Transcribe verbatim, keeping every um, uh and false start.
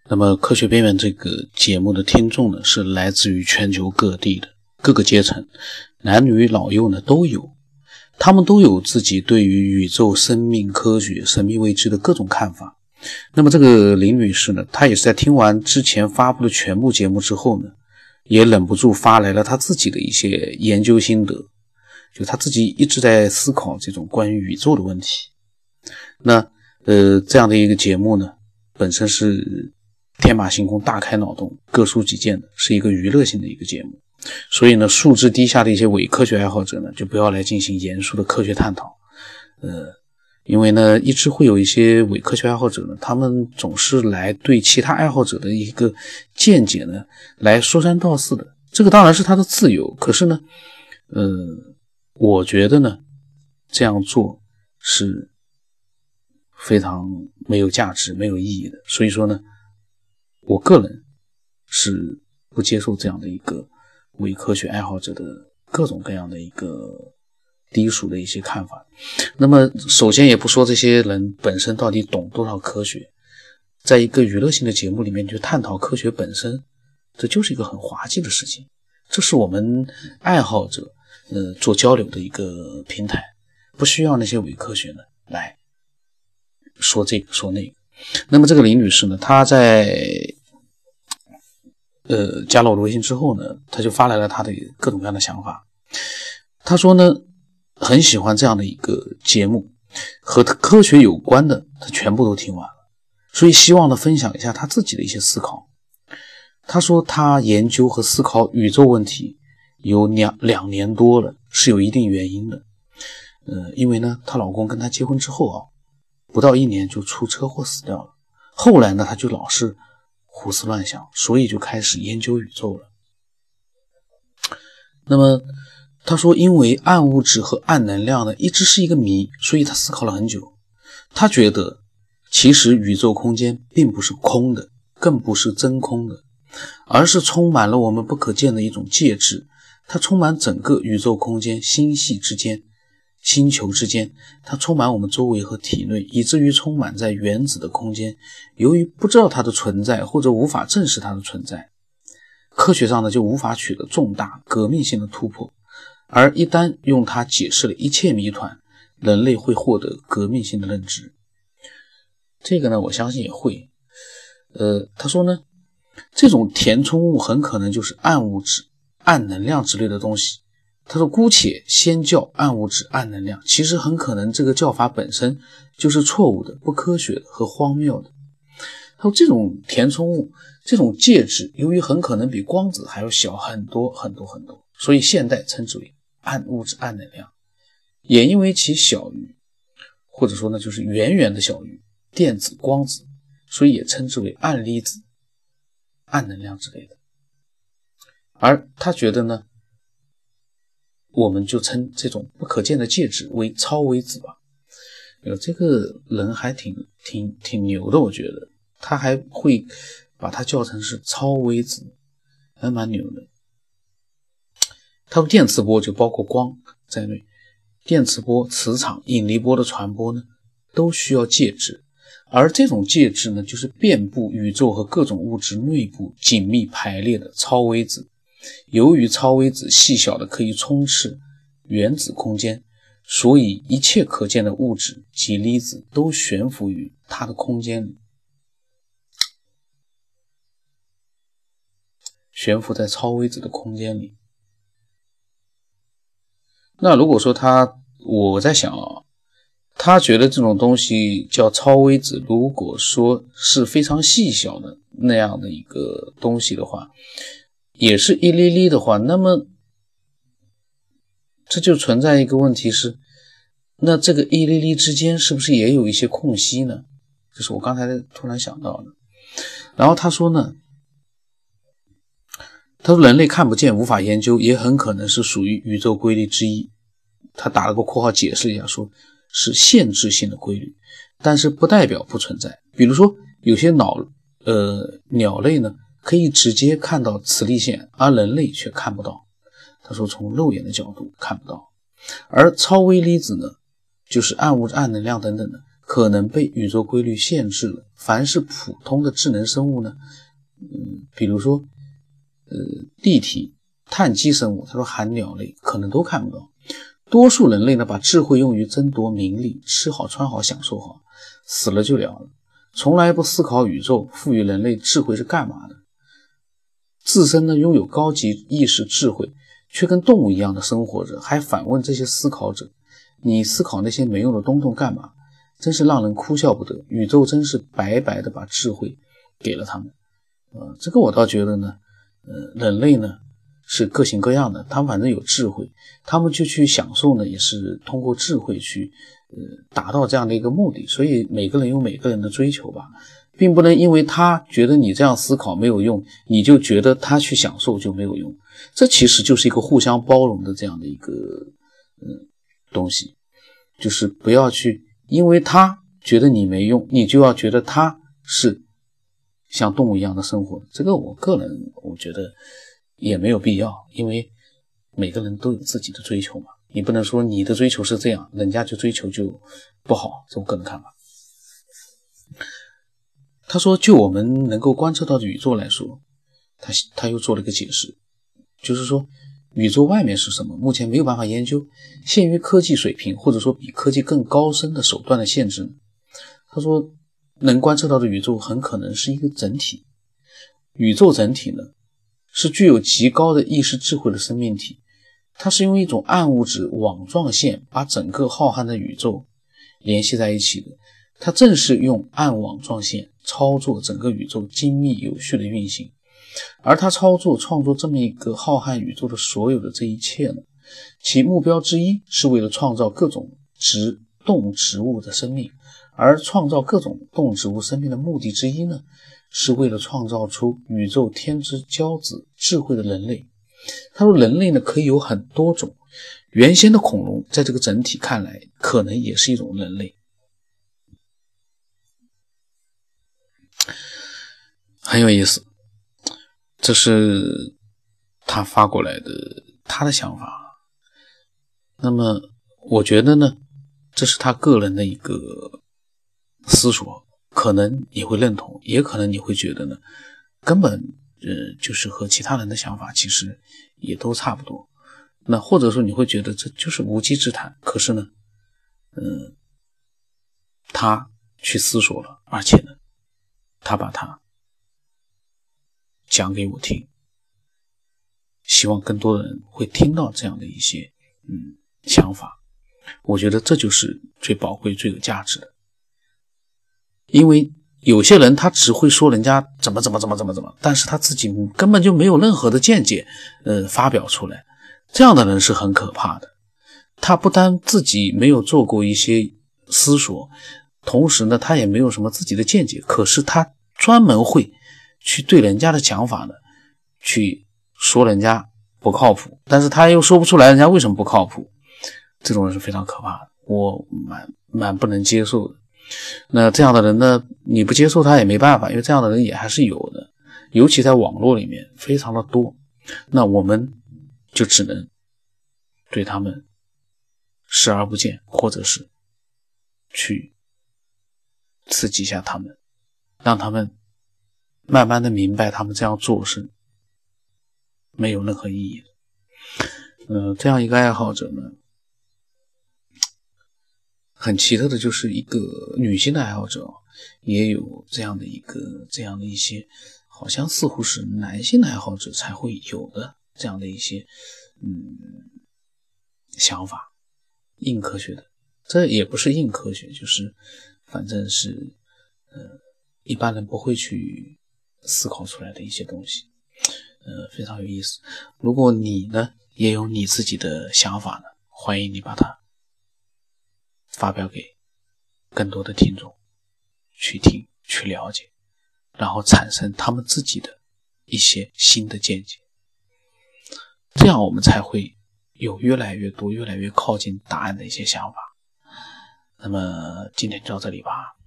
那么科学边缘这个节目的听众呢，是来自于全球各地的各个阶层，男女老幼呢都有，他们都有自己对于宇宙、生命、科学、神秘未知的各种看法。那么这个林女士呢，她也是在听完之前发布的全部节目之后呢，也忍不住发来了她自己的一些研究心得，就她自己一直在思考这种关于宇宙的问题。那呃，这样的一个节目呢，本身是天马行空、大开脑洞、各抒己见的，是一个娱乐性的一个节目。所以呢，素质低下的一些伪科学爱好者呢，就不要来进行严肃的科学探讨。呃，因为呢，一直会有一些伪科学爱好者呢，他们总是来对其他爱好者的一个见解呢，来说三道四的。这个当然是他的自由，可是呢，呃，我觉得呢，这样做是非常没有价值、没有意义的。所以说呢，我个人是不接受这样的一个伪科学爱好者的各种各样的一个低俗的一些看法。那么首先也不说这些人本身到底懂多少科学，在一个娱乐性的节目里面去探讨科学本身，这就是一个很滑稽的事情。这是我们爱好者呃做交流的一个平台，不需要那些伪科学呢来说这个说那个。那么这个林女士呢，她在呃加了我的微信之后呢，她就发来了她的各种各样的想法。她说呢，很喜欢这样的一个节目，和科学有关的她全部都听完了，所以希望呢分享一下她自己的一些思考。她说她研究和思考宇宙问题有两两年多了，是有一定原因的。呃，因为呢她老公跟她结婚之后啊，不到一年就出车祸死掉了。后来呢，她就老是胡思乱想，所以就开始研究宇宙了。那么他说，因为暗物质和暗能量呢一直是一个谜，所以他思考了很久。他觉得其实宇宙空间并不是空的，更不是真空的，而是充满了我们不可见的一种介质。它充满整个宇宙空间，星系之间、星球之间，它充满我们周围和体内，以至于充满在原子的空间。由于不知道它的存在，或者无法证实它的存在，科学上呢就无法取得重大革命性的突破。而一旦用它解释了一切谜团，人类会获得革命性的认知。这个呢，我相信也会。呃，他说呢，这种填充物很可能就是暗物质、暗能量之类的东西。他说姑且先叫暗物质、暗能量，其实很可能这个叫法本身就是错误的、不科学的和荒谬的。他说这种填充物、这种介质，由于很可能比光子还要小很多很多很多，所以现代称之为暗物质、暗能量。也因为其小于，或者说呢就是远远的小于电子、光子，所以也称之为暗粒子、暗能量之类的。而他觉得呢，我们就称这种不可见的介质为超微子吧。有这个人还挺挺挺牛的，我觉得他还会把它叫成是超微子，还蛮牛的。他说电磁波就包括光在内，电磁波、磁场、引力波的传播呢，都需要介质，而这种介质呢，就是遍布宇宙和各种物质内部紧密排列的超微子。由于超微子细小的可以充斥原子空间，所以一切可见的物质及粒子都悬浮于它的空间里，悬浮在超微子的空间里。那如果说他，我在想啊，他觉得这种东西叫超微子，如果说是非常细小的那样的一个东西的话，也是一粒粒的话，那么这就存在一个问题是，那这个一粒粒之间是不是也有一些空隙呢？这是我刚才突然想到的。然后他说呢，他说人类看不见无法研究，也很可能是属于宇宙规律之一。他打了个括号解释一下，说是限制性的规律，但是不代表不存在。比如说有些脑呃鸟类呢可以直接看到磁力线，而人类却看不到。他说从肉眼的角度看不到。而超微粒子呢，就是暗物质、暗能量等等的， 可能被宇宙规律限制了。凡是普通的智能生物呢，嗯，比如说呃地体、碳基生物，他说含鸟类可能都看不到。多数人类呢，把智慧用于争夺名利，吃好穿好享受好，死了就了了，从来不思考宇宙赋予人类智慧是干嘛的。自身呢拥有高级意识智慧，却跟动物一样的生活着，还反问这些思考者，你思考那些没用的东东干嘛？真是让人哭笑不得，宇宙真是白白的把智慧给了他们。呃，这个我倒觉得呢，呃，人类呢是各型各样的，他们反正有智慧，他们就去享受呢，也是通过智慧去呃达到这样的一个目的。所以每个人有每个人的追求吧，并不能因为他觉得你这样思考没有用，你就觉得他去享受就没有用。这其实就是一个互相包容的这样的一个嗯东西，就是不要去因为他觉得你没用，你就要觉得他是像动物一样的生活。这个我个人我觉得也没有必要，因为每个人都有自己的追求嘛，你不能说你的追求是这样，人家就追求就不好，这我个人看法。他说就我们能够观测到的宇宙来说，他他又做了一个解释，就是说宇宙外面是什么目前没有办法研究，限于科技水平或者说比科技更高深的手段的限制。他说能观测到的宇宙很可能是一个整体，宇宙整体呢是具有极高的意识智慧的生命体，它是用一种暗物质网状线把整个浩瀚的宇宙联系在一起的，它正是用暗网状线操作整个宇宙精密有序的运行。而它操作创作这么一个浩瀚宇宙的所有的这一切呢，其目标之一是为了创造各种植动植物的生命，而创造各种动植物生命的目的之一呢，是为了创造出宇宙天之骄子智慧的人类。他说人类呢可以有很多种，原先的恐龙在这个整体看来可能也是一种人类。很有意思，这是他发过来的他的想法。那么我觉得呢，这是他个人的一个思索，可能你会认同，也可能你会觉得呢根本呃就是和其他人的想法其实也都差不多。那或者说你会觉得这就是无稽之谈，可是呢嗯，他去思索了，而且呢他把它讲给我听，希望更多的人会听到这样的一些嗯想法。我觉得这就是最宝贵最有价值的。因为有些人他只会说人家怎么怎么怎么怎么怎么，但是他自己根本就没有任何的见解呃发表出来，这样的人是很可怕的。他不但自己没有做过一些思索，同时呢他也没有什么自己的见解，可是他专门会去对人家的讲法呢去说人家不靠谱，但是他又说不出来人家为什么不靠谱，这种人是非常可怕的，我蛮蛮不能接受的。那这样的人呢，你不接受他也没办法，因为这样的人也还是有的，尤其在网络里面非常的多。那我们就只能对他们视而不见，或者是去刺激一下他们，让他们慢慢的明白他们这样做是没有任何意义的。呃，这样一个爱好者呢，很奇特的就是一个女性的爱好者也有这样的一个这样的一些好像似乎是男性的爱好者才会有的这样的一些嗯想法，硬科学的，这也不是硬科学，就是反正是呃一般人不会去思考出来的一些东西，呃非常有意思。如果你呢也有你自己的想法呢，欢迎你把它发表给更多的听众去听去了解，然后产生他们自己的一些新的见解，这样我们才会有越来越多越来越靠近答案的一些想法。那么今天就到这里吧。